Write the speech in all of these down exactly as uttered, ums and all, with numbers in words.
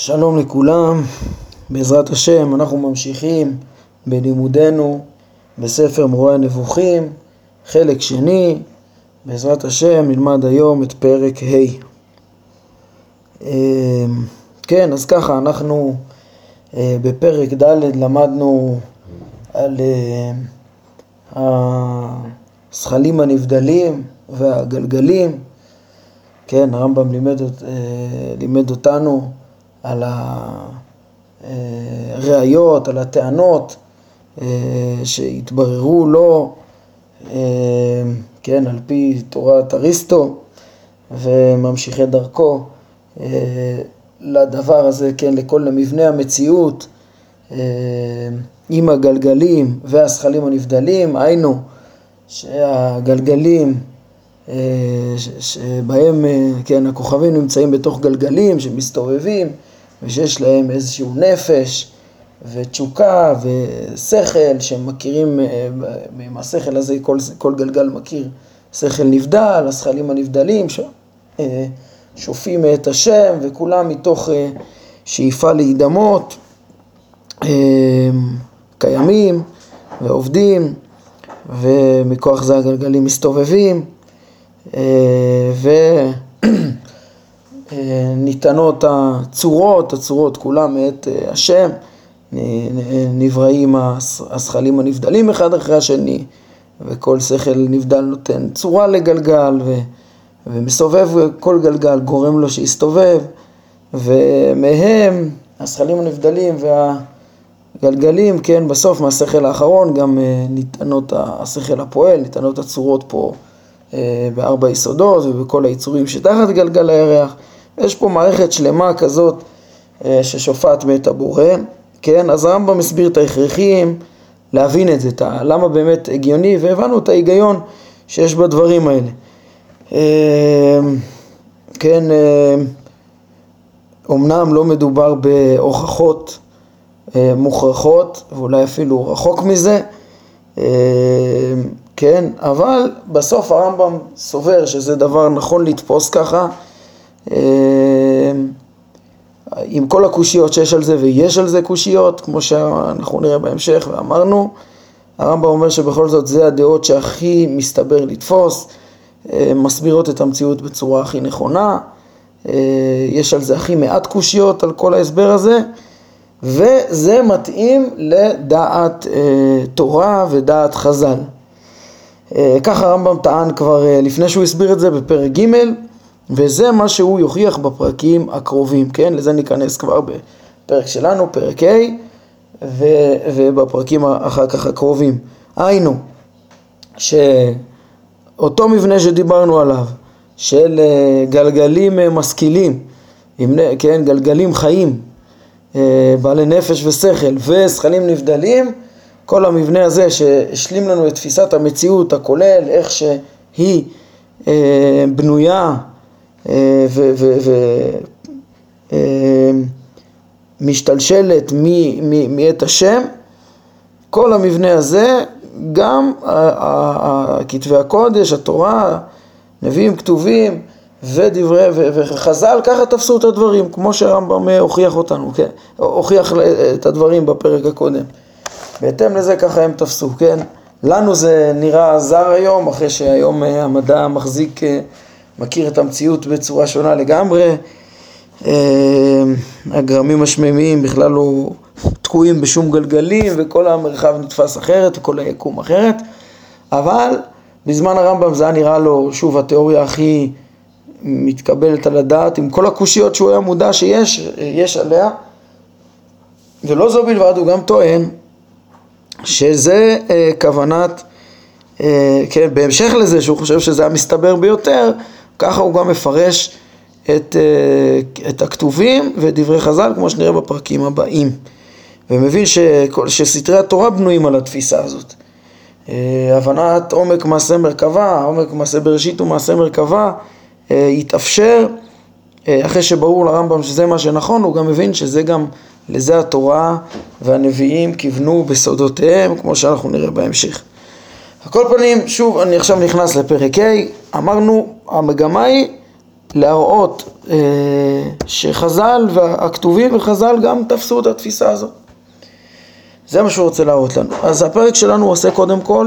שלום לכולם, בעזרת השם אנחנו ממשיכים בלימודנו בספר מורה הנבוכים, חלק שני. בעזרת השם נלמד היום את פרק ה'. כן, אז ככה אנחנו בפרק ד' למדנו על השכלים הנבדלים והגלגלים. כן, הרמב"ם לימד, לימד אותנו על הראיות, על הטענות שהתבררו לו, כן, על פי תורת אריסטו וממשיכי דרכו לדבר הזה, כן, לכל מבנה המציאות עם הגלגלים והשכלים הנבדלים. היינו שהגלגלים שבהם, כן, הכוכבים נמצאים בתוך גלגלים שמסתובבים ושיש להם איזשהו נפש ותשוקה ושכל שמכירים עם השכל הזה, כל, כל גלגל מכיר שכל נבדל. השכלים הנבדלים שופעים את השם וכולם מתוך שאיפה להידמות קיימים ועובדים, ומכוח זה הגלגלים מסתובבים וניתנות הצורות, הצורות כולם מאת השם, נבראים השכלים הנבדלים אחד אחרי השני, וכל שכל נבדל נותן צורה לגלגל ומסובב כל גלגל, גורם לו שיסתובב, ומהם השכלים הנבדלים והגלגלים, כן, בסוף מהשכל האחרון גם ניתנות השכל הפועל, ניתנות הצורות פה בארבע יסודות ובכל היצורים שתחת גלגל הירח. יש פה מערכת שלמה כזאת ששופעת מאת הבורא. כן, אז הרמב"ם מסביר את ההכרחים להבין את זה, למה באמת הגיוני, והבנו את ההיגיון שיש בדברים האלה. כן, אומנם לא מדובר בהוכחות מוכרחות ואולי אפילו רחוק מזה, כן, אבל בסוף הרמב"ם סובר שזה דבר נכון לתפוס ככה, עם כל הקושיות שיש על זה, ויש על זה קושיות כמו שאנחנו נראה בהמשך ואמרנו. הרמב"ם אומר שבכל זאת זה הדעות שהכי מסתבר לתפוס, מסבירות את המציאות בצורה הכי נכונה, יש על זה הכי מעט קושיות על כל ההסבר הזה, וזה מתאים לדעת תורה ודעת חז"ל. ככה הרמב"ם טען כבר לפני שהוא הסביר את זה בפרק ג', וזה מה שהוא יוכיח בפרקים הקרובים. כן, לזה ניכנס כבר בפרק שלנו, פרק ה', ובפרקים אחר כך הקרובים. היינו שאותו מבנה שדיברנו עליו של גלגלים משכילים, כן, גלגלים חיים בעלי נפש ושכל ושכלים נבדלים, כל המבנה הזה שהשלים לנו את תפיסת המציאות הכולל, איך שהיא בנויה ומשתלשלת מאת השם, כל המבנה הזה, גם כתבי הקודש, התורה, נביאים כתובים ודברי וחז"ל, ככה תפסו את הדברים כמו שהרמב"ם הוכיח אותנו, כן, הוכיח את הדברים בפרק הקודם. בהתאם לזה ככה הם תפסו. כן, לנו זה נראה זר היום, אחרי שהיום המדע מחזיק, מכיר את המציאות בצורה שונה לגמרי. הגרמים השמימיים בכלל לא תקועים בשום גלגלים, וכל המרחב נתפס אחרת וכל היקום אחרת. אבל בזמן הרמב"ם זה נראה לו שוב התיאוריה הכי מתקבלת על הדעת, עם כל הקושיות שהוא היה מודע שיש יש עליה. ולא זו בלבד, הוא גם טוען שזה אה, כוונת, אה, כן, בהמשך לזה שהוא חושב שזה המסתבר ביותר, ככה הוא גם מפרש את, אה, את הכתובים ודברי חז"ל, כמו שנראה בפרקים הבאים, ומבין שכל, שסתרי התורה בנויים על התפיסה הזאת. אה, הבנת עומק מעשה מרכבה, עומק מעשה בראשית ומעשה מרכבה, אה, יתאפשר, אה, אחרי שברור לרמב"ם שזה מה שנכון, הוא גם מבין שזה גם לזה התורה והנביאים כיוונו בסודותיהם, כמו שאנחנו נראה בהמשך. על כל פנים, שוב, אני עכשיו נכנס לפרק ה'. אמרנו, המגמה היא להראות אה, שחז"ל והכתובים וחז"ל גם תפסו את התפיסה הזאת. זה מה שהוא רוצה להראות לנו. אז הפרק שלנו עושה קודם כל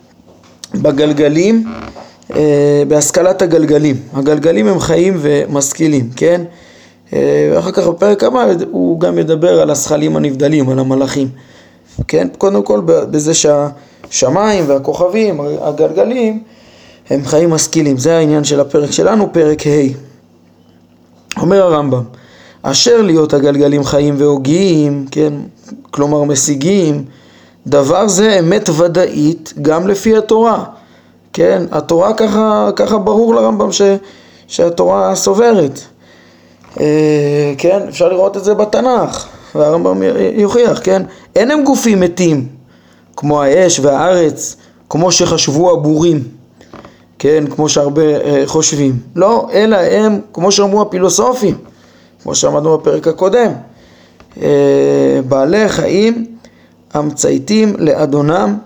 בגלגלים, אה, בהשכלת הגלגלים. הגלגלים הם חיים ומשכילים, כן? אה, ואחר כך בפרק הבא הוא גם ידבר על השכלים הנבדלים, על המלאכים. כן? קודם כל בזה שהשמיים והכוכבים, הגלגלים, הם חיים משכילים. זה העניין של הפרק שלנו, פרק ה'. אומר הרמב"ם, אשר להיות הגלגלים חיים והוגים, כן? כלומר משיגים, דבר זה אמת ודאית גם לפי התורה. כן? התורה ככה, ככה ברור לרמב"ם ש, שהתורה סוברת. אה, כן? אפשר לראות את זה בתנ"ך, והרמב"ם יוכיח, כן? אין הם גופים מתים, כמו האש והארץ, כמו שחשבו הבורים. כן, כמו שהרבה אה, חושבים. לא, אלא הם, כמו שאמרו הפילוסופים, כמו שאמרנו בפרק הקודם, אה, בעלי חיים המצייתים לאדונם,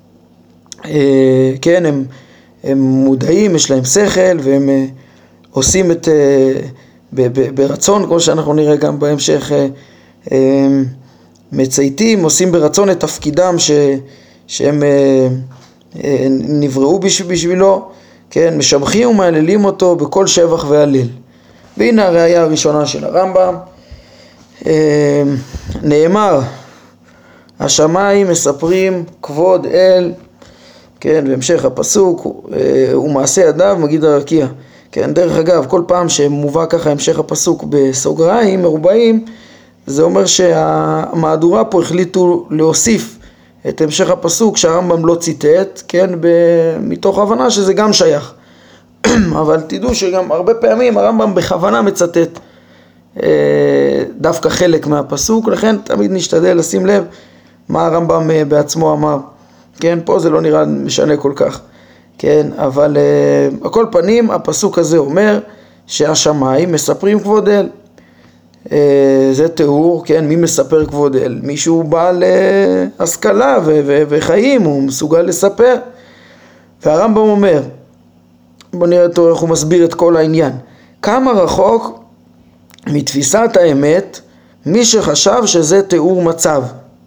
אה, כן, הם, הם מודעים, יש להם שכל, והם אה, עושים את, אה, ב, ב, ברצון, כמו שאנחנו נראה גם בהמשך, אה, אה, מצייתים, עושים ברצון את תפקידם ש, שהם אה, אה, נבראו בשבילו, כן, משבחים ומהללים אותו בכל שבח והלל. והנה הראיה הראשונה של הרמב"ם, אה, נאמר, השמיים מספרים כבוד אל, כן, בהמשך הפסוק, אה, ומעשה ידיו מגיד הרקיע. כן, דרך אגב, כל פעם שמובא ככה המשך הפסוק בסוגריים מרובעים, זה אומר שהמהדורה פה החליטו להוסיף את המשך הפסוק שהרמב"ם לא ציטט, כן, מתוך הבנה שזה גם שייך. אבל תדעו שגם הרבה פעמים הרמב"ם בכוונה מצטט אה, דווקא חלק מהפסוק, לכן תמיד נשתדל לשים לב מה הרמב"ם אה, בעצמו אמר. כן, פה זה לא נראה משנה כל כך. כן, אבל אה, הכל פנים הפסוק הזה אומר שהשמיים מספרים כבוד אל. זה תיאור, כן, מי מספר כבוד אל? מישהו בעל השכלה ו- ו- וחיים, הוא מסוגל לספר. והרמב"ם אומר, בוא נראה אותו איך הוא מסביר את כל העניין. כמה רחוק מתפיסת האמת מי שחשב שזה תיאור מצב.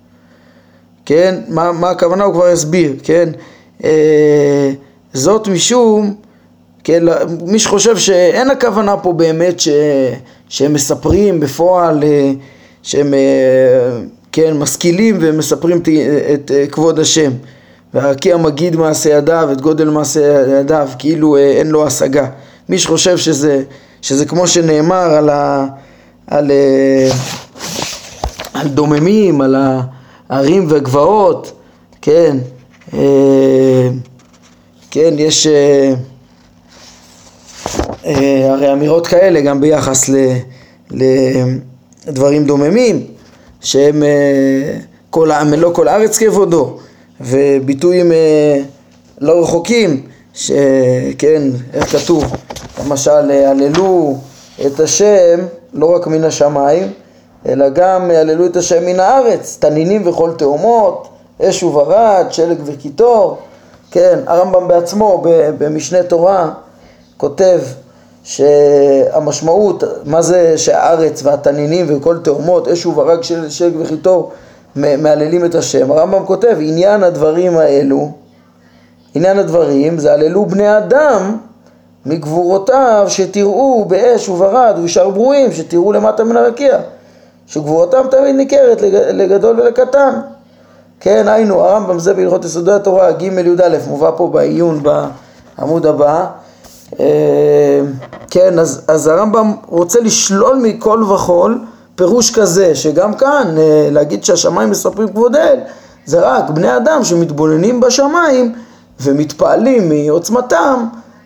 כן, מה, מה הכוונה הוא כבר יסביר, כן? אה, זאת משום, כן, מי שחושב שאין הכוונה פה באמת ש... שהם מספרים בפועל, שהם, כן, משכילים ומספרים את כבוד השם. והרקיע מגיד מעשה ידיו, את גודל מעשה ידיו, כאילו אין לו השגה. מי שחושב שזה, שזה כמו שנאמר על, ה, על, על דוממים, על הערים והגבעות, כן, כן, יש הרי אמירות כאלה גם ביחס לדברים דוממים, שהם כל העם, לא כל הארץ כבודו, וביטויים לא רחוקים, שכן, איך כתוב, למשל, הללו את השם לא רק מן השמיים, אלא גם הללו את השם מן הארץ, תנינים וכל תאומות, אש וברד, שלג וקיטור. כן, הרמב"ם בעצמו במשנה תורה כותב שהמשמעות, מה זה שהארץ והתנינים וכל תאומות, אש וברד, שלג וקיטור, מעללים את השם. הרמב"ם כותב, עניין הדברים האלו, עניין הדברים זה הללו בני אדם מגבורותיו שתראו באש וברד ושאר ברואים שתראו למטה מן הרקיע, שגבורתם תמיד ניכרת לגדול ולקטן. כן, היינו, הרמב"ם זה בהלכות יסודי התורה, ג' י"א, מובא פה בעיון בעמוד הבא. כן, אז, אז הרמב"ם רוצה לשלול מכל וכל פירוש כזה, שגם כאן להגיד שהשמיים מספרים כבוד אל, זה רק בני אדם שמתבוננים בשמיים ומתפעלים מעוצמתם,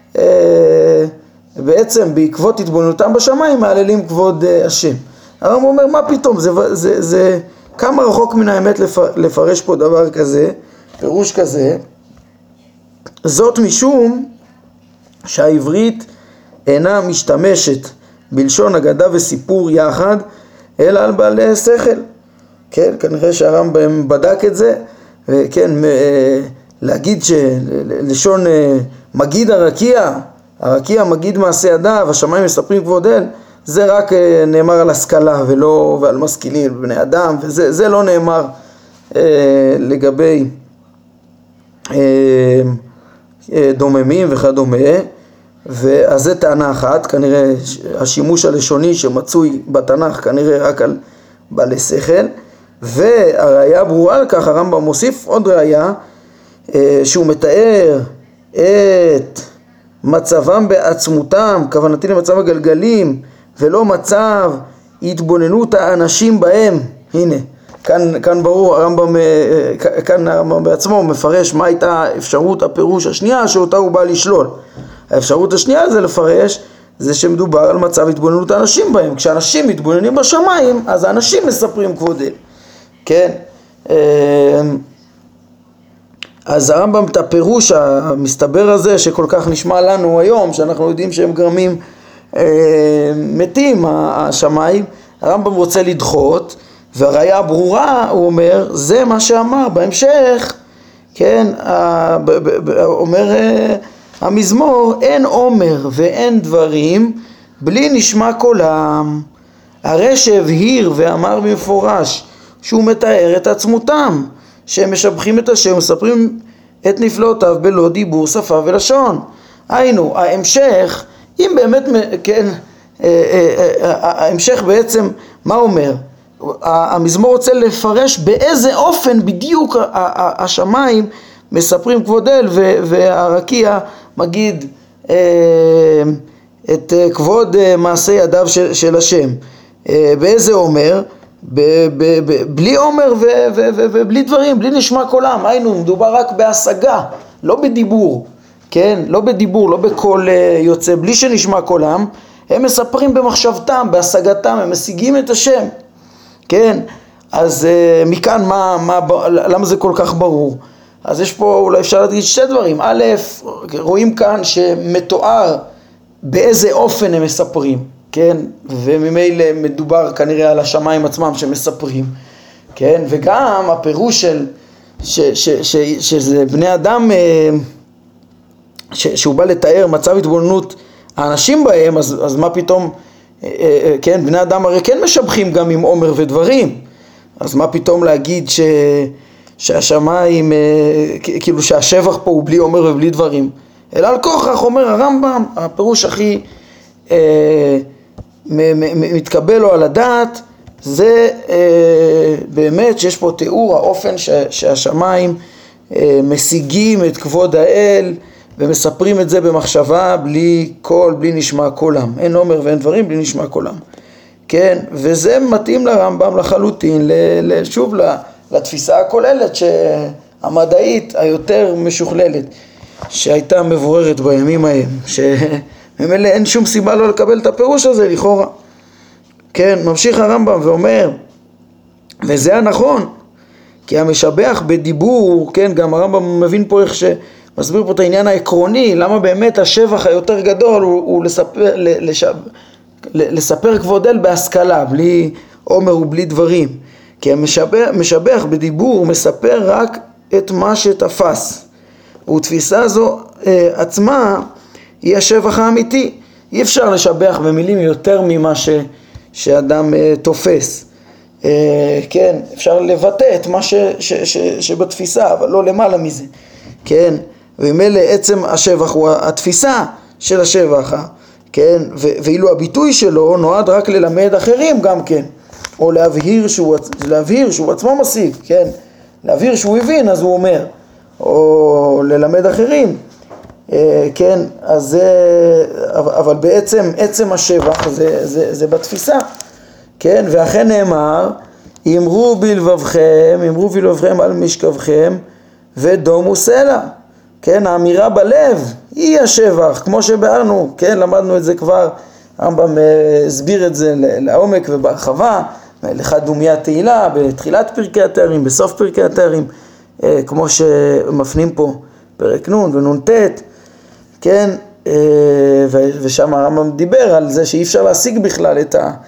בעצם בעקבות התבוננותם בשמיים מעללים כבוד השם. הרמב"ם אומר, מה פתאום, זה, זה, זה כמה רחוק מן האמת לפרש פה דבר כזה, פירוש כזה, זאת משום שהעברית אינה משתמשת בלשון אגדה וסיפור יחד, אלא על בעלי שכל. כן, כנראה שהרמב"ם בדק את זה, וכן, להגיד שלשון מגיד הרקיע, הרקיע מגיד מעשה ידיו, השמיים מספרים כבוד אל, זה רק נאמר על השכלה ולא ועל משכילים ובני אדם, וזה זה לא נאמר אה, לגבי אה, אה, דוממים וכדומה. ואז זה טענה אחת, כנראה השימוש הלשוני שמצוי בתנ"ך כנראה רק על בעלי שכל, והראיה ברורה על כך, הרמב"ם מוסיף עוד ראיה שהוא מתאר את מצבם בעצמותם, כוונתי למצב הגלגלים ולא מצב התבוננות האנשים בהם. הנה, כאן, כאן ברור, הרמב"ם, כאן הרמב"ם בעצמו מפרש מה הייתה אפשרות הפירוש השנייה שאותה הוא בא לשלול. האפשרות השנייה זה לפרש, זה שמדובר על מצב התבוננות האנשים בהם. כשאנשים מתבוננים בשמיים, אז האנשים מספרים כבוד אל. כן? אז הרמב"ם את הפירוש המסתבר הזה שכל כך נשמע לנו היום, שאנחנו יודעים שהם גרמים מתים השמיים, הרמב"ם רוצה לדחות, והראיה הברורה, הוא אומר, זה מה שאמר בהמשך, כן? אומר המזמור, אין עומר ואין דברים בלי נשמע קולם. הרי שהבהיר ואמר במפורש שהוא מתאר את עצמותם, שהם משבחים את השם ומספרים את נפלאותיו בלא דיבור שפה ולשון. היינו, ההמשך, אם באמת, כן, ההמשך בעצם, מה אומר? המזמור רוצה לפרש באיזה אופן בדיוק השמיים מספרים כבוד אל, והרקיע מגיד את כבוד מעשה ידיו של, של השם. באיזה אומר? ב, ב, ב, בלי אומר ו, ו, ו, ובלי דברים, בלי נשמע קולם. היינו, מדובר רק בהשגה, לא בדיבור, כן? לא בדיבור, לא בקול יוצא, בלי שנשמע קולם. הם מספרים במחשבתם, בהשגתם, הם משיגים את השם, כן? אז מכאן מה, מה, למה זה כל כך ברור? אז יש פה, אולי אפשר להגיד שתי דברים. א', רואים כאן שמתואר באיזה אופן הם מספרים, כן? וממילא מדובר כנראה על השמיים עצמם שמספרים, כן? וגם הפירוש של ש, ש, ש, שזה בני אדם, ש, שהוא בא לתאר מצב התבוננות האנשים בהם, אז, אז מה פתאום, כן? בני אדם הרי כן משבחים גם עם עומר ודברים, אז מה פתאום להגיד ש... שהשמיים, כאילו שהשבח פה הוא בלי עומר ובלי דברים, אלא על כוכך, אומר הרמב"ם, הפירוש הכי אה, מתקבל לו על הדעת, זה אה, באמת שיש פה תיאור האופן ש, שהשמיים אה, משיגים את כבוד האל, ומספרים את זה במחשבה בלי קול, בלי נשמע קולם. אין עומר ואין דברים בלי נשמע קולם. כן, וזה מתאים לרמב"ם לחלוטין, ל, ל, שוב לתפיסה הכוללת שהמדעית היותר משוכללת, שהייתה מבוררת בימים ההם, שממילא אין שום סיבה לא לקבל את הפירוש הזה לכאורה. כן, ממשיך הרמב"ם ואומר, וזה הנכון, כי המשבח בדיבור, כן, גם הרמב"ם מבין פה איך שמסביר פה את העניין העקרוני, למה באמת השבח היותר גדול הוא, הוא לספר, לשב, לספר כבוד אל בהשכלה, בלי עומר ובלי דברים. כי המשבח, משבח בדיבור הוא מספר רק את מה שתפס. ותפיסה זו אה, עצמה היא השבח האמיתי. אי אפשר לשבח במילים יותר ממה ש, שאדם אה, תופס. אה, כן, אפשר לבטא את מה ש, ש, ש, שבתפיסה, אבל לא למעלה מזה. כן, וממילא עצם השבח הוא התפיסה של השבח, כן, ו, ואילו הביטוי שלו נועד רק ללמד אחרים גם כן, או להבהיר שהוא, להבהיר שהוא עצמו משיג, כן, להבהיר שהוא הבין, אז הוא אומר, או ללמד אחרים, כן, אז זה, אבל בעצם, עצם השבח זה, זה, זה בתפיסה, כן, ואכן נאמר, אמרו בלבבכם, אמרו בלבבכם על משכבכם, ודומו סלע, כן, האמירה בלב היא השבח, כמו שבארנו, כן, למדנו את זה כבר, הרמב"ם הסביר את זה לעומק ובהרחבה, לך דומיה תהילה, בתחילת פרקי התארים, בסוף פרקי התארים, כמו שמפנים פה פרק נון ונון תת, כן, ושם הרמב"ם דיבר על זה שאי אפשר להשיג בכלל את, ה,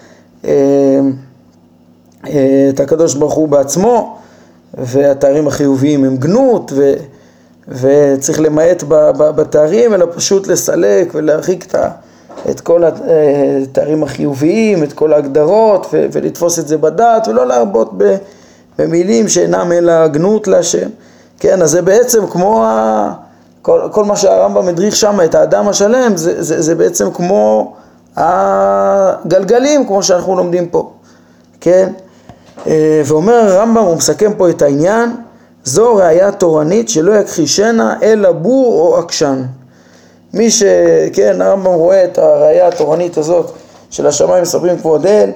את הקדוש ברוך הוא בעצמו, והתארים החיוביים הם גנות, ו, וצריך למעט בתארים, אלא פשוט לסלק ולהרחיק את, את כל התארים החיוביים, את כל ההגדרות, ו, ולתפוס את זה בדעת, ולא להרבות במילים שאינם אלא גנות להשם. כן, אז זה בעצם כמו ה... כל, כל מה שהרמב"ם מדריך שם, את האדם השלם, זה, זה, זה בעצם כמו הגלגלים, כמו שאנחנו לומדים פה. כן? ואומר הרמב"ם, הוא מסכם פה את העניין, זו ראיה תורנית שלא יכחישנה אלא בור או עקשן. מי שכן, הרמב"ם רואה את הראיה התורנית הזאת של השמיים מספרים כבוד אל,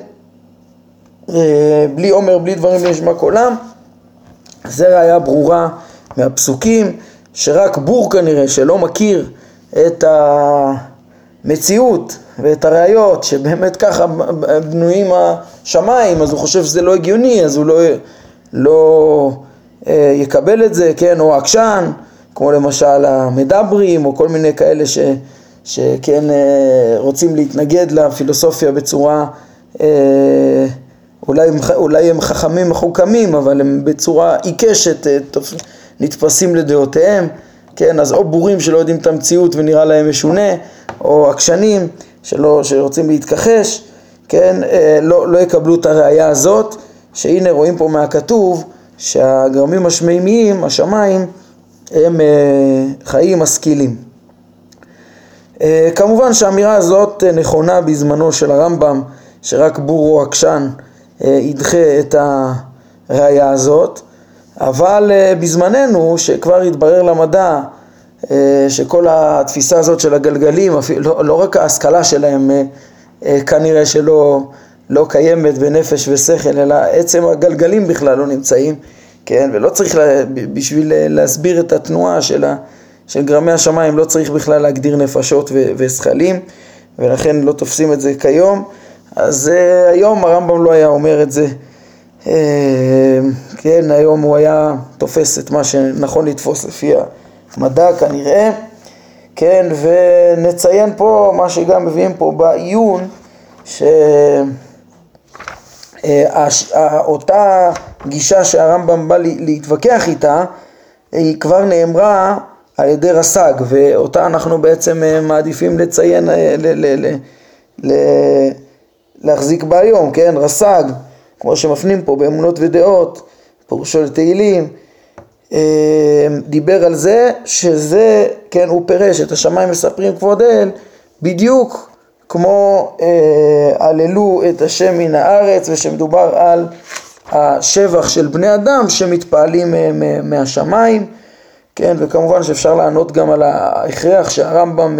בלי עומר, בלי דברים, בלי נשמע קולם, זה ראיה ברורה מהפסוקים, שרק בור כנראה שלא מכיר את המציאות ואת הראיות שבאמת ככה בנויים השמיים, אז הוא חושב שזה לא הגיוני, אז הוא לא, לא אה, יקבל את זה, כן, או עקשן, כמו למשל המדברים או כל מיני כאלה ש, שכן אה, רוצים להתנגד לפילוסופיה בצורה, אה, אולי, אולי הם חכמים מחוכמים, אבל הם בצורה עיקשת, אה, נתפסים לדעותיהם, כן, אז או בורים שלא יודעים את המציאות ונראה להם משונה, או עקשנים שלא, שרוצים להתכחש, כן, לא, לא יקבלו את הראייה הזאת, שהנה רואים פה מהכתוב, שהגרמים השמימיים, השמיים, הם חיים משכילים. כמובן שהאמירה הזאת נכונה בזמנו של הרמב"ם, שרק בור או עקשן ידחה את הראייה הזאת, אבל בזמננו, שכבר התברר למדע שכל התפיסה הזאת של הגלגלים, לא, לא רק ההשכלה שלהם כנראה שלא לא קיימת בנפש ושכל, אלא עצם הגלגלים בכלל לא נמצאים, כן? ולא צריך לה, בשביל להסביר את התנועה של, ה, של גרמי השמיים, לא צריך בכלל להגדיר נפשות ו, ושכלים, ולכן לא תופסים את זה כיום. אז היום הרמב"ם לא היה אומר את זה, כן, היום הוא היה תופס את מה שנכון לתפוס לפי המדע כנראה, כן, ונציין פה מה שגם מביאים פה בעיון, שאותה גישה שהרמב"ם בא להתווכח איתה, היא כבר נאמרה על ידי רס"ג, ואותה אנחנו בעצם מעדיפים לציין, ל- ל- ל- ל- להחזיק בה היום, כן, רס"ג, כמו שמפנים פה באמונות ודעות, פירושו לתהילים, דיבר על זה שזה, כן, הוא פירש את השמיים מספרים כבוד אל, בדיוק כמו הללו את השם מן הארץ, ושמדובר על השבח של בני אדם שמתפעלים מהשמיים, כן, וכמובן שאפשר לענות גם על ההכרח שהרמב"ם,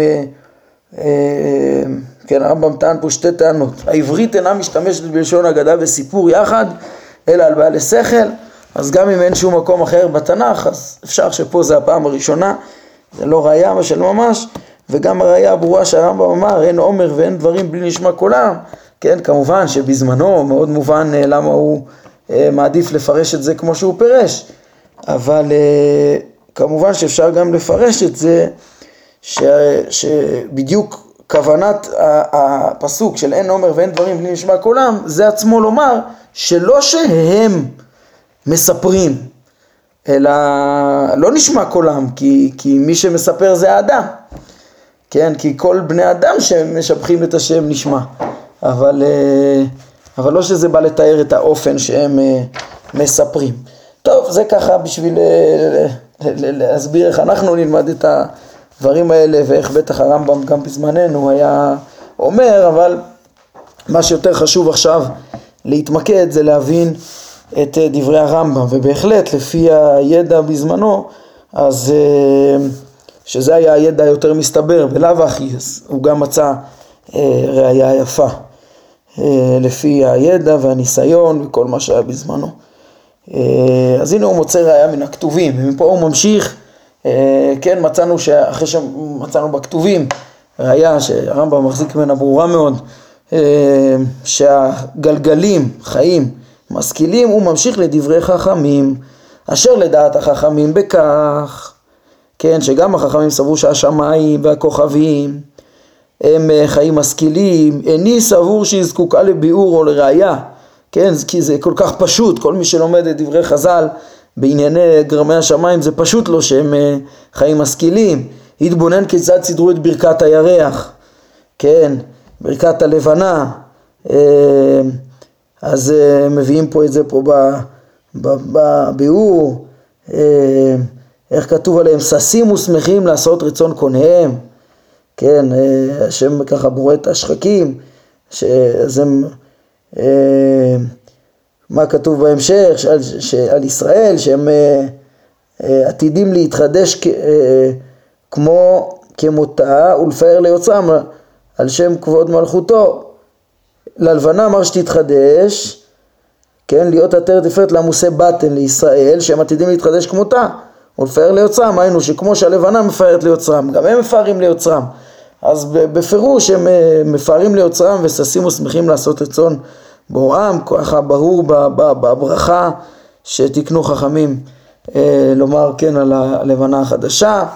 כן, הרמב"ם טען פה שתי טענות. העברית אינה משתמשת בלשון אגדה וסיפור יחד, אלא על בעלי שכל, אז גם אם אין שום מקום אחר בתנ"ך, אז אפשר שפה זה הפעם הראשונה, זה לא ראייה של ממש, וגם הראייה הברורה שהרמב"ם אמר, אין עומר ואין דברים בלי נשמע קולם, כן, כמובן שבזמנו מאוד מובן למה הוא מעדיף לפרש את זה כמו שהוא פירש, אבל כמובן שאפשר גם לפרש את זה, ש, שבדיוק כוונת הפסוק של אין עומר ואין דברים בלי נשמע קולם, זה עצמו לומר שלא שהם מספרים, אלא לא נשמע קולם, כי, כי מי שמספר זה האדם, כן, כי כל בני אדם שמשבחים את השם נשמע, אבל, אבל לא שזה בא לתאר את האופן שהם מספרים. טוב, זה ככה בשביל להסביר איך אנחנו נלמד את הדברים האלה, ואיך בטח הרמב"ם גם בזמננו היה אומר, אבל מה שיותר חשוב עכשיו להתמקד זה להבין את דברי הרמב"ם, ובהחלט לפי הידע בזמנו, אז שזה היה הידע יותר מסתבר, בלאו הכי, הוא גם מצא ראייה יפה, לפי הידע והניסיון וכל מה שהיה בזמנו. אז הנה הוא מוצא ראייה מן הכתובים, ומפה הוא ממשיך, כן, מצאנו שאחרי שמצאנו בכתובים, ראייה שהרמב"ם מחזיק ממנה ברורה מאוד, שהגלגלים חיים משכילים, הוא ממשיך לדברי חכמים, אשר לדעת החכמים בכך, כן, שגם החכמים סברו שהשמיים והכוכבים הם חיים משכילים, איני סבור שהיא זקוקה לביאור או לראייה, כן, כי זה כל כך פשוט, כל מי שלומד את דברי חז"ל בענייני גרמי השמיים זה פשוט לא שהם חיים משכילים. התבונן כיצד סידרו את ברכת הירח, כן, ברכת הלבנה, אז מביאים פה את זה פה בביאור, איך כתוב עליהם, ששים ושמחים לעשות רצון קונהם, כן, השם ככה בורא את השחקים, אז הם, מה כתוב בהמשך, שעל, שעל ישראל, שהם עתידים להתחדש כ, כמו כמותה ולפאר ליוצרם על שם כבוד מלכותו. ללבנה אמר שתתחדש, כן, להיות עטרת תפארת לעמוסי בטן לישראל, שהם עתידים להתחדש כמותה ולפאר ליוצרם, היינו שכמו שהלבנה מפארת ליוצרם, גם הם מפארים ליוצרם. אז בפירוש הם מפארים ליוצרם וששים ושמחים לעשות רצון בוראם, ככה ברור בברכה שתקנו חכמים לומר כן על הלבנה החדשה.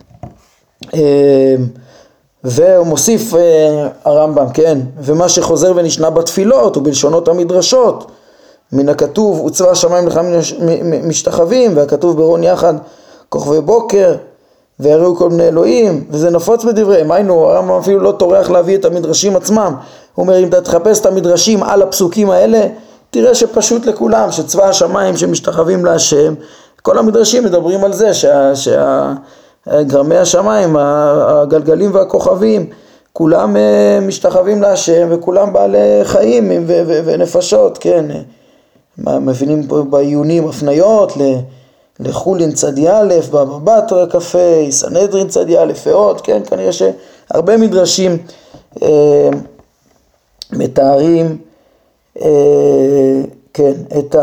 והוא מוסיף הרמב"ם, כן, ומה שחוזר ונשנה בתפילות ובלשונות המדרשות מן הכתוב וצבא השמיים לך משתחווים, והכתוב ברון יחד כוכבי בוקר ויראו כל בני אלוהים, וזה נפוץ בדבריהם. היינו, הרמב"ם אפילו לא טורח להביא את המדרשים עצמם. הוא אומר, אם אתה תחפש את המדרשים על הפסוקים האלה, תראה שפשוט לכולם, שצבא השמיים שמשתחווים להשם, כל המדרשים מדברים על זה, שה, שה, גרמי השמיים, הגלגלים והכוכבים, כולם משתחווים להשם, וכולם בעלי חיים ו- ו- ונפשות, כן. מבינים בעיונים הפניות ל... לחולין צדי א', בבא בתרא קפה, סנהדרין צדי א' ועוד, כן, כנראה שהרבה מדרשים אה, מתארים אה, כן, את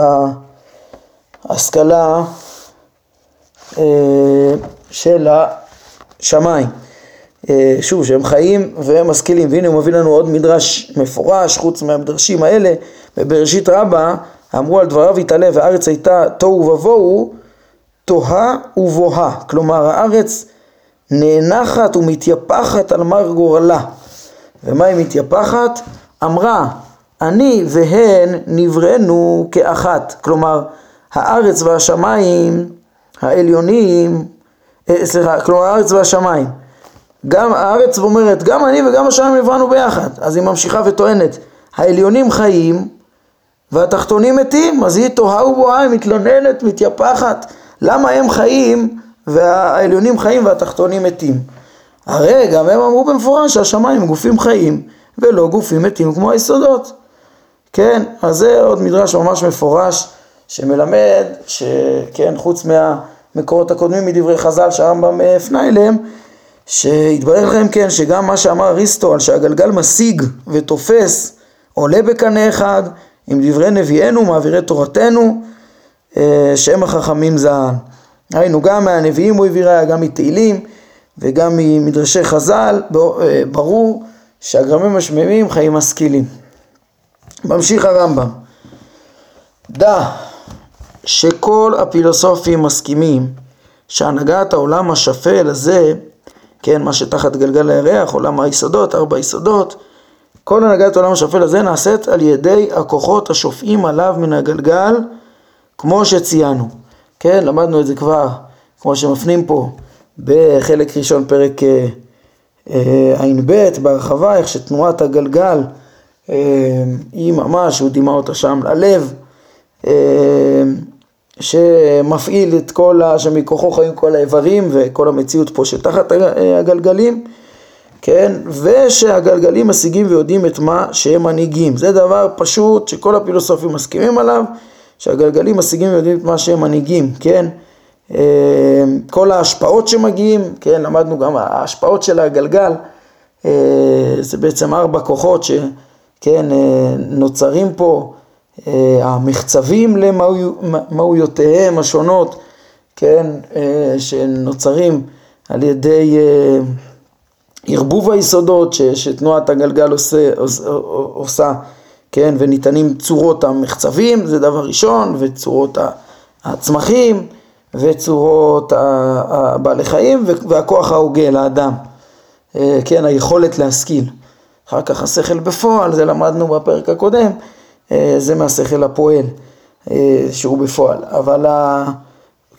ההשכלה אה, של השמיים. אה, שוב, שהם חיים והם משכילים, והנה הוא מביא לנו עוד מדרש מפורש, חוץ מהמדרשים האלה, בבראשית רבה, אמרו על דבריו יתעלה והארץ הייתה תוהו ובוהו, תוהה ובוהה, כלומר הארץ נאנחת ומתייפחת על מר גורלה. ומה היא מתייפחת? אמרה, אני והן נבראנו כאחת, כלומר הארץ והשמיים העליונים, אה, סליחה, כלומר הארץ והשמיים, גם הארץ אומרת, גם אני וגם השמיים נבראנו ביחד, אז היא ממשיכה וטוענת, העליונים חיים והתחתונים מתים, אז היא תוהה ובוהה, היא מתלוננת, מתייפחת, למה הם חיים והעליונים חיים והתחתונים מתים? הרי גם הם אמרו במפורש שהשמיים גופים חיים ולא גופים מתים כמו היסודות. כן, אז זה עוד מדרש ממש מפורש שמלמד שכן, חוץ מהמקורות הקודמים מדברי חז"ל שהרמב"ם הפנה אליהם, שהתברר לכם כן שגם מה שאמר אריסטו על שהגלגל משיג ותופס עולה בקנה אחד עם דברי נביאנו מעבירי תורתנו שהם החכמים ז"ל. היינו גם מהנביאים הוא הביא ראיה, גם מתהילים וגם ממדרשי חז"ל, ברור שהגרמים השמימים חיים משכילים. ממשיך הרמב"ם, דע שכל הפילוסופים מסכימים שהנהגת העולם השפל הזה, כן, מה שתחת גלגל הירח, עולם היסודות, ארבע יסודות, כל הנהגת העולם השפל הזה נעשית על ידי הכוחות השופעים עליו מן הגלגל, כמו שציינו. כן, למדנו את זה כבר, כמו שמפנים פה בחלק ראשון פרק עין ב' בהרחבה, איך שתנועת הגלגל אה, היא ממש, הוא דימה אותה שם ללב, אה, שמפעיל את כל, שמכוחו חיים כל האיברים וכל המציאות פה שתחת הגלגלים, כן, ושהגלגלים משיגים ויודעים את מה שהם מנהיגים. זה דבר פשוט שכל הפילוסופים מסכימים עליו, שהגלגלים משיגים ויודעים את מה שהם מנהיגים, כן, כל ההשפעות שמגיעים, כן, למדנו גם ההשפעות של הגלגל, זה בעצם ארבע כוחות שכן נוצרים פה, המחצבים למהויותיהם השונות, כן, שנוצרים על ידי ערבוב היסודות שתנועת הגלגל עושה, עושה, כן, וניתנים צורות המחצבים, זה דבר ראשון, וצורות הצמחים, וצורות הבעלי חיים, והכוח ההוגה לאדם, כן, היכולת להשכיל. אחר כך השכל בפועל, זה למדנו בפרק הקודם, זה מהשכל הפועל, שהוא בפועל. אבל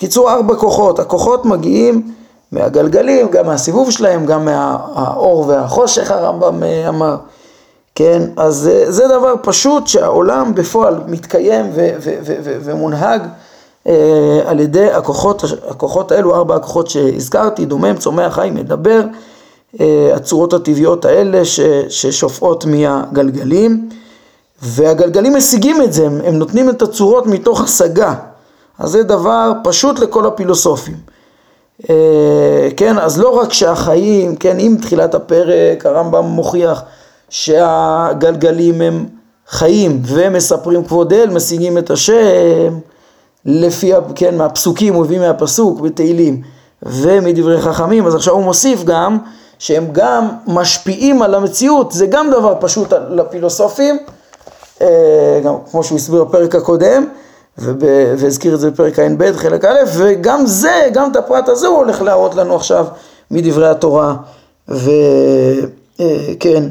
קיצור ארבע כוחות, הכוחות מגיעים מהגלגלים, גם מהסיבוב שלהם, גם מהאור והחושך הרמב"ם אמר, כן, אז זה, זה דבר פשוט שהעולם בפועל מתקיים ו, ו, ו, ו, ומונהג אה, על ידי הכוחות, הכוחות האלו, ארבע הכוחות שהזכרתי, דומם, צומח, חי, מדבר, אה, הצורות הטבעיות האלה ש, ששופעות מהגלגלים, והגלגלים משיגים את זה, הם, הם נותנים את הצורות מתוך השגה, אז זה דבר פשוט לכל הפילוסופים. כן, אז לא רק שהחיים, כן, עם תחילת הפרק הרמב"ם מוכיח שהגלגלים הם חיים ומספרים כבוד אל, משיגים את השם לפי, כן, מהפסוקים, הוא הביא מהפסוק בתהילים ומדברי חכמים, אז עכשיו הוא מוסיף גם שהם גם משפיעים על המציאות, זה גם דבר פשוט לפילוסופים, גם כמו שהוא הסביר בפרק הקודם, והזכיר את זה בפרק עין ב' חלק א', וגם זה, גם את הפרט הזה הוא הולך להראות לנו עכשיו מדברי התורה, וכן,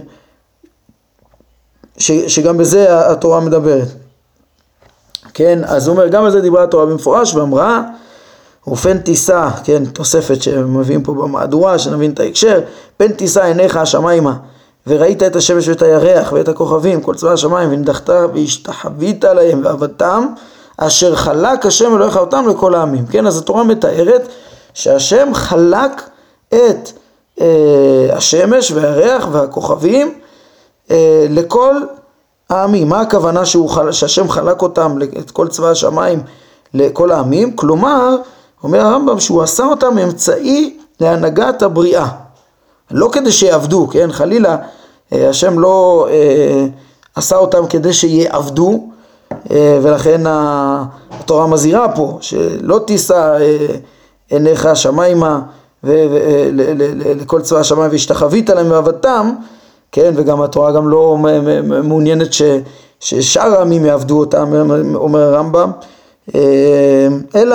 שגם בזה התורה מדברת. כן, אז הוא אומר, גם על זה דיברה התורה במפורש, ואמרה, ופן תישא, כן, תוספת שמביאים פה במהדורה, שנבין את ההקשר, פן תישא עיניך השמיימה, וראית את השמש ואת הירח ואת הכוכבים, כל צבא השמיים, ונחת והשתחווית עליהם ועבדתם, אשר חלק השם אלוהיך אותם לכל העמים. כן, אז התורה מתארת שהשם חלק את אה, השמש והירח והכוכבים אה, לכל העמים. מה הכוונה שהוא חל... שהשם חלק אותם, את כל צבא השמיים לכל העמים? כלומר, אומר הרמב"ם שהוא עשה אותם אמצעי להנהגת הבריאה. לא כדי שיעבדו, כן, חלילה, אה, השם לא אה, עשה אותם כדי שיעבדו, ולכן התורה מזהירה פה שלא תישא עיניך השמיימה לכל צבא השמיים והשתחווית עליהם ועבדתם, כן, וגם התורה גם לא מעוניינת ששאר העמים יעבדו אותם, אומר הרמב"ם, אלא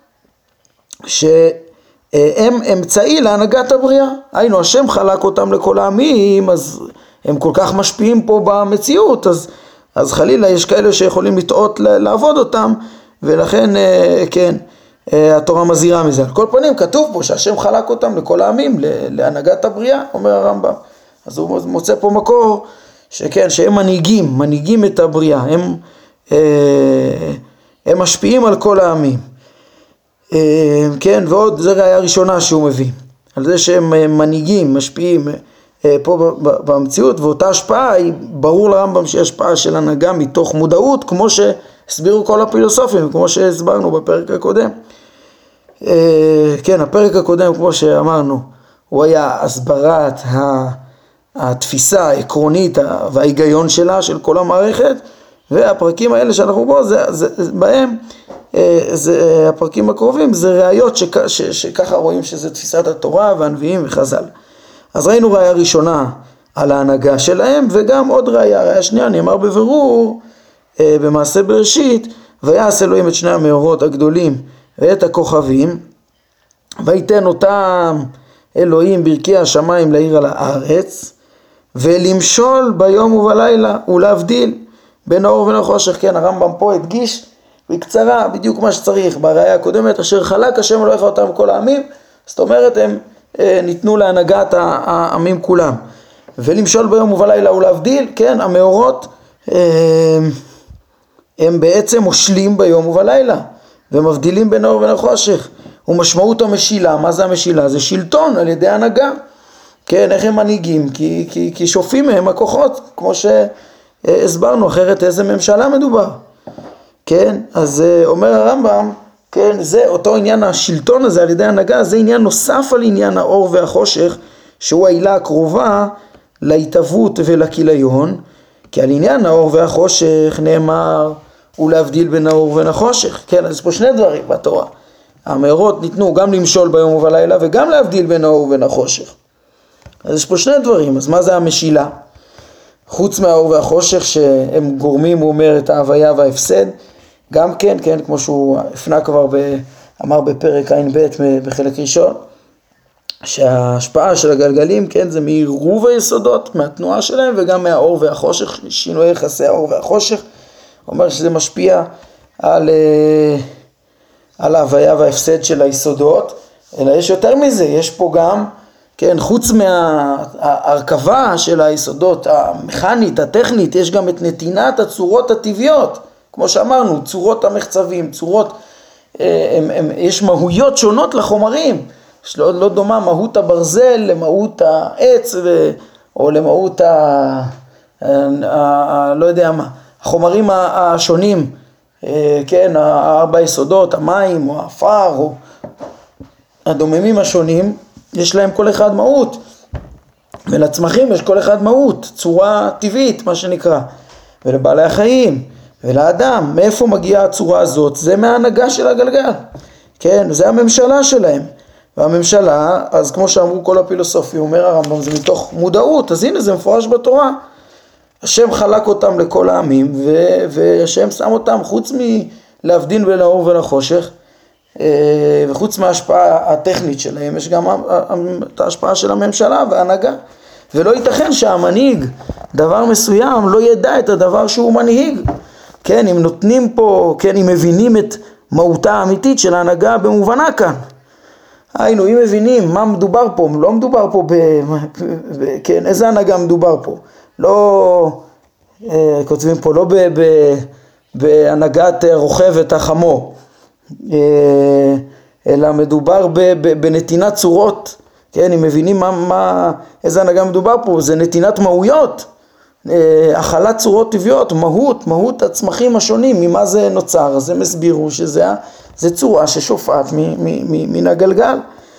שהם אמצעי להנהגת הבריאה. היינו, השם חלק אותם לכל העמים, אז הם כל כך משפיעים פה במציאות, אז אז חלילה יש כאלה שיכולים לטעות לעבוד אותם, ולכן, כן, התורה מזהירה מזה. על כל פנים, כתוב פה שהשם חלק אותם לכל העמים, להנהגת הבריאה, אומר הרמב"ם. אז הוא מוצא פה מקור, שכן, שהם מנהיגים, מנהיגים את הבריאה, הם, הם משפיעים על כל העמים. כן, ועוד, זו ראיה ראשונה שהוא מביא, על זה שהם מנהיגים, משפיעים, פה במציאות, ואותה השפעה היא ברור לרמב"ם שהיא השפעה של הנהגה מתוך מודעות, כמו שהסבירו כל הפילוסופים, כמו שהסברנו בפרק הקודם. כן, הפרק הקודם, כמו שאמרנו, הוא היה הסברת התפיסה העקרונית וההיגיון שלה, של כל המערכת, והפרקים האלה שאנחנו בו, זה, זה, בהם, זה, הפרקים הקרובים, זה ראיות שכ, ש, שככה רואים שזה תפיסת התורה והנביאים וחז"ל. אז ראינו ראיה ראשונה על ההנהגה שלהם, וגם עוד ראיה, ראיה שנייה, נאמר בבירור, אה, במעשה בראשית, ויעש אלוהים את שני המאורות הגדולים ואת הכוכבים, ויתן אותם אלוהים ברכי השמיים להאיר על הארץ, ולמשול ביום ובלילה, ולהבדיל בין האור ובין החושך. כן, הרמב"ם פה הדגיש בקצרה, בדיוק מה שצריך, בראיה הקודמת, אשר חלק השם אלוהיך אותם כל העמים, זאת אומרת, הם ניתנו להנהגת העמים כולם, ולמשול ביום ובלילה ולהבדיל, כן, המאורות הם בעצם מושלים ביום ובלילה, ומבדילים בין האור ובין החושך. ומשמעות המשילה, מה זה המשילה? זה שלטון על ידי הנהגה, כן, איך הם מנהיגים? כי, כי, כי שופים מהם הכוחות, כמו שהסברנו, אחרת איזה ממשלה מדובר, כן, אז אומר הרמב"ם, כן, זה אותו עניין השלטון הזה על ידי הנהגה, זה עניין נוסף על עניין האור והחושך, שהוא העילה הקרובה להתהוות ולכיליון, כי על עניין האור והחושך נאמר, ולהבדיל בין האור ובין החושך. כן, אז יש פה שני דברים בתורה. המאורות ניתנו גם למשול ביום ובלילה, וגם להבדיל בין האור ובין החושך. אז יש פה שני דברים, אז מה זה המשילה? חוץ מהאור והחושך שהם גורמים, הוא אומר, את ההוויה וההפסד, גם כן, כן, כמו שהוא הפנה כבר, ב, אמר בפרק עין ב' בחלק ראשון, שההשפעה של הגלגלים, כן, זה מעירוב היסודות, מהתנועה שלהם, וגם מהאור והחושך, שינוי יחסי האור והחושך, אומר שזה משפיע על, על ההוויה וההפסד של היסודות, אלא יש יותר מזה, יש פה גם, כן, חוץ מההרכבה של היסודות המכנית, הטכנית, יש גם את נתינת הצורות הטבעיות, כמו שאמרנו, צורות המחצבים, צורות, הם, הם, יש מהויות שונות לחומרים, לא, לא דומה מהות הברזל למהות העץ ו, או למהות ה, ה, ה, לא יודע מה, החומרים השונים, כן, הארבע יסודות, המים או האפר או הדוממים השונים, יש להם כל אחד מהות, ולצמחים יש כל אחד מהות, צורה טבעית מה שנקרא, ולבעלי החיים ולאדם. מאיפה מגיעה הצורה הזאת? זה מההנהגה של הגלגל, כן, זה הממשלה שלהם, והממשלה, אז כמו שאמרו כל הפילוסופים, אומר הרמב"ם, זה מתוך מודעות, אז הנה זה מפורש בתורה, השם חלק אותם לכל העמים, ו- והשם שם אותם חוץ מלהבדין בין האור ולחושך, וחוץ מההשפעה הטכנית שלהם, יש גם את ההשפעה של הממשלה וההנהגה, ולא ייתכן שהמנהיג, דבר מסוים, לא ידע את הדבר שהוא מנהיג, כן, אם נותנים פה, כן, אם מבינים את מהותה האמיתית של ההנהגה במובנה כאן, היינו, אם מבינים מה מדובר פה, לא מדובר פה ב... ב... כן, איזה הנהגה מדובר פה, לא, אה, כותבים פה, לא ב... ב... בהנהגת רוכבת החמור, אה, אלא מדובר ב... ב... בנתינת צורות, כן, אם מבינים מה, מה, איזה הנהגה מדובר פה, זה נתינת מהויות, אה, החלת צורות טבעיות, מהות, מהות הצמחים השונים, ממה זה נוצר, אז הם הסבירו שזה זה צורה ששופעת מן הגלגל,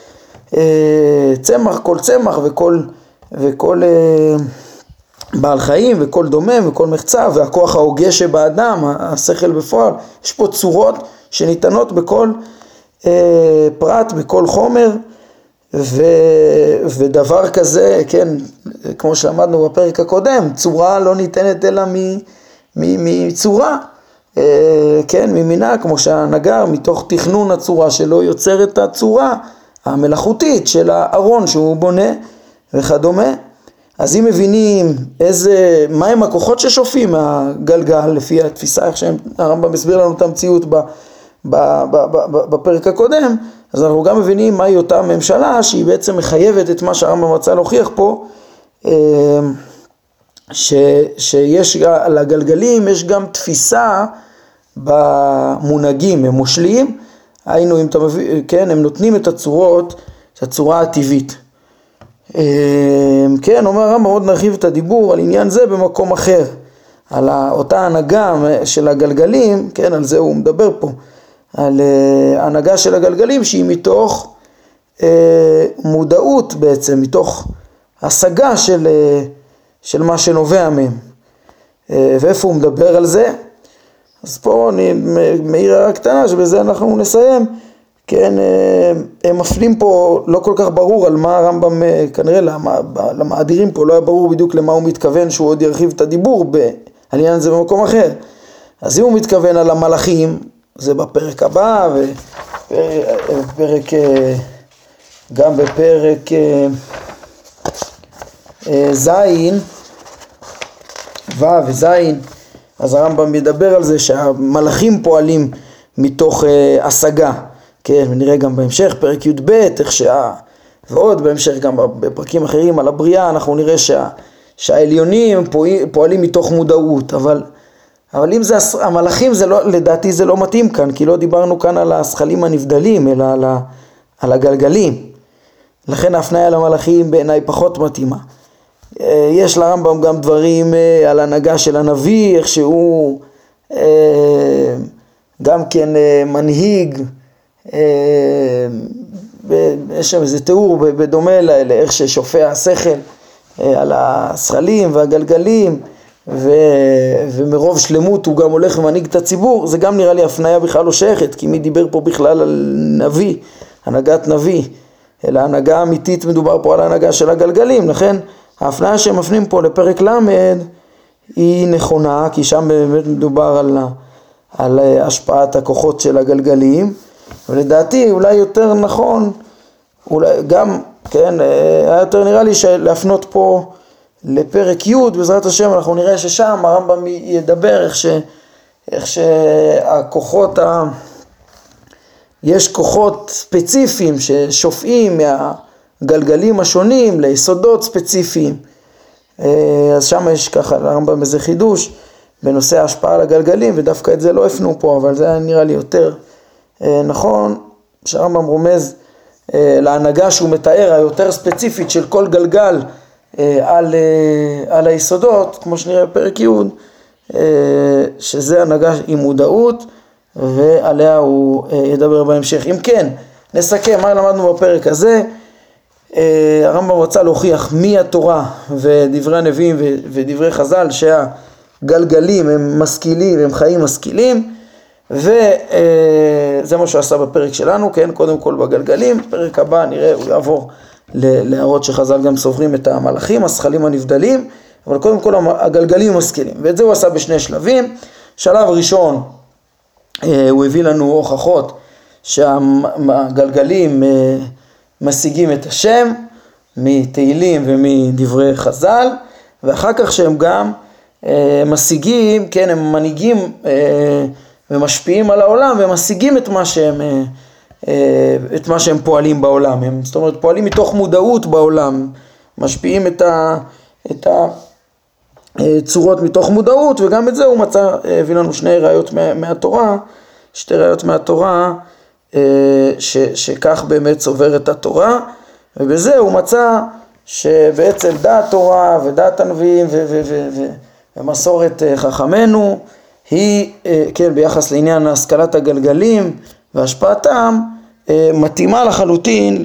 צמח, כל צמח וכל, וכל בעל חיים וכל דומם וכל מחצב והכוח ההוגה שבאדם, השכל בפועל, יש פה צורות שניתנות בכל פרט, בכל חומר, ו, ודבר כזה, כן, כמו שלמדנו בפרק הקודם, צורה לא ניתנת אלא מצורה, כן, ממינה, כמו שהנגר מתוך תכנון הצורה שלו יוצר את הצורה המלאכותית של הארון שהוא בונה וכדומה. אז אם מבינים איזה, מהם הכוחות ששופעים מהגלגל לפי התפיסה, איך שהרמב"ם מסביר לנו את המציאות ב, ב, ב, ב, ב, בפרק הקודם, אז אנחנו גם מבינים מהי אותה ממשלה שהיא בעצם מחייבת את מה שהרמב"ם רצה להוכיח פה, ש, שיש לגלגלים יש גם תפיסה במונהגים, הם מושלים, היינו, אם אתה מבין, כן, הם נותנים את הצורות, את הצורה הטבעית. כן, אומר הרמב"ם, עוד נרחיב את הדיבור על עניין זה במקום אחר, על אותה הנהגה של הגלגלים, כן, על זה הוא מדבר פה, על הנהגה של הגלגלים שהיא מתוך מודעות בעצם, מתוך השגה של, של מה שנובע מהם. ואיפה הוא מדבר על זה? אז פה אני מעיר הערה קטנה שבזה אנחנו נסיים, כן, הם מפנים פה לא כל כך ברור על מה הרמב"ם, כנראה למאדירים פה לא היה ברור בדיוק למה הוא מתכוון, שהוא עוד ירחיב את הדיבור על עניין הזה במקום אחר. אז אם הוא מתכוון על המלאכים, זה בפרק הבא, ובפרק, גם בפרק זין, ו' וזין, אז הרמב"ם מדבר על זה שהמלאכים פועלים מתוך השגה, כן, ונראה גם בהמשך, פרק י"ב, איך שה... ועוד בהמשך גם בפרקים אחרים על הבריאה, אנחנו נראה שה... שהעליונים פועלים מתוך מודעות, אבל, אבל אם זה המלאכים, זה לא, לדעתי זה לא מתאים כאן, כי לא דיברנו כאן על השכלים הנבדלים, אלא על, ה... על הגלגלים, לכן ההפניה למלאכים בעיניי פחות מתאימה. יש לרמב"ם גם דברים על הנהגה של הנביא, איך שהוא גם כן מנהיג, יש שם איזה תיאור בדומה לאיך ששופע השכל על השכלים והגלגלים, ומרוב שלמות הוא גם הולך ומנהיג את הציבור. זה גם נראה לי הפניה בכלל לא שייכת, כי מי דיבר פה בכלל על נביא, הנהגת נביא, אלא הנהגה אמיתית, מדובר פה על ההנהגה של הגלגלים. לכן ההפניה שהם מפנים פה לפרק למד היא נכונה, כי שם באמת מדובר על, על השפעת הכוחות של הגלגלים, ולדעתי אולי יותר נכון, אולי גם, כן, היה יותר נראה לי להפנות פה לפרק י' בעזרת השם, אנחנו נראה ששם הרמב"ם ידבר איך, ש, איך שהכוחות ה, יש כוחות ספציפיים ששופעים מהגלגלים השונים ליסודות ספציפיים. אז שם יש ככה לרמב"ם איזה חידוש בנושא ההשפעה על הגלגלים, ודווקא את זה לא הפנו פה, אבל זה נראה לי יותר נכון, שהרמב"ם רומז להנהגה שהוא מתאר, היותר ספציפית של כל גלגל על, על היסודות, כמו שנראה בפרק י', שזה הנהגה עם מודעות, ועליה הוא ידבר בהמשך. אם כן, נסכם מה למדנו בפרק הזה. הרמב"ם רצה להוכיח מי התורה ודברי הנביאים ודברי חז"ל שהגלגלים הם משכילים, הם חיים משכילים, וזה מה שהוא עשה בפרק שלנו, כן, קודם כל בגלגלים. פרק הבא נראה, הוא יעבור להראות שחז"ל גם סוברים את המלאכים, השכלים הנבדלים, אבל קודם כל הגלגלים משכילים, ואת זה הוא עשה בשני שלבים. שלב ראשון, הוא הביא לנו הוכחות שהגלגלים משיגים את השם מתהילים ומדברי חז"ל, ואחר כך שהם גם משיגים, כן, הם מנהיגים ומשפיעים על העולם ומשיגים את מה שהם, את מה שהם פועלים בעולם. הם, זאת אומרת, פועלים מתוך מודעות בעולם, משפיעים את ה, את הצורות מתוך מודעות, וגם את זה הוא מצא, הביא לנו שני ראיות מה, מהתורה, שתי ראיות מהתורה, ש, שכך באמת סוברת התורה, ובזה הוא מצא שבעצם דעת תורה ודעת הנביאים ו, ו, ו, ו, ומסורת חכמינו, היא, כן, ביחס לעניין השכלת הגלגלים והשפעתם, מתאימה לחלוטין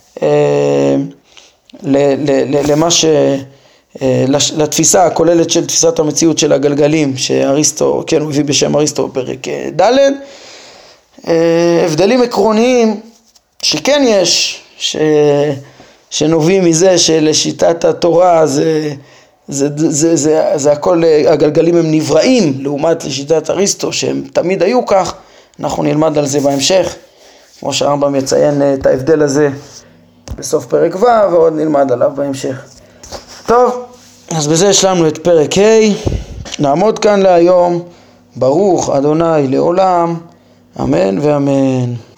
למה ש... לתפיסה הכוללת של תפיסת המציאות של הגלגלים, שאריסטו, כן, הוא הביא בשם אריסטו בפרק ד'. הבדלים עקרוניים שכן יש, ש... שנובעים מזה שלשיטת התורה זה... זה, זה, זה, זה הכל, הגלגלים הם נבראים לעומת לשיטת אריסטו שהם תמיד היו כך. אנחנו נלמד על זה בהמשך, כמו שהרמב"ם יציין את ההבדל הזה בסוף פרק ו', ועוד נלמד עליו בהמשך. טוב, אז בזה השלמנו את פרק ה'. נעמוד כאן להיום. ברוך אדוני לעולם, אמן ואמן.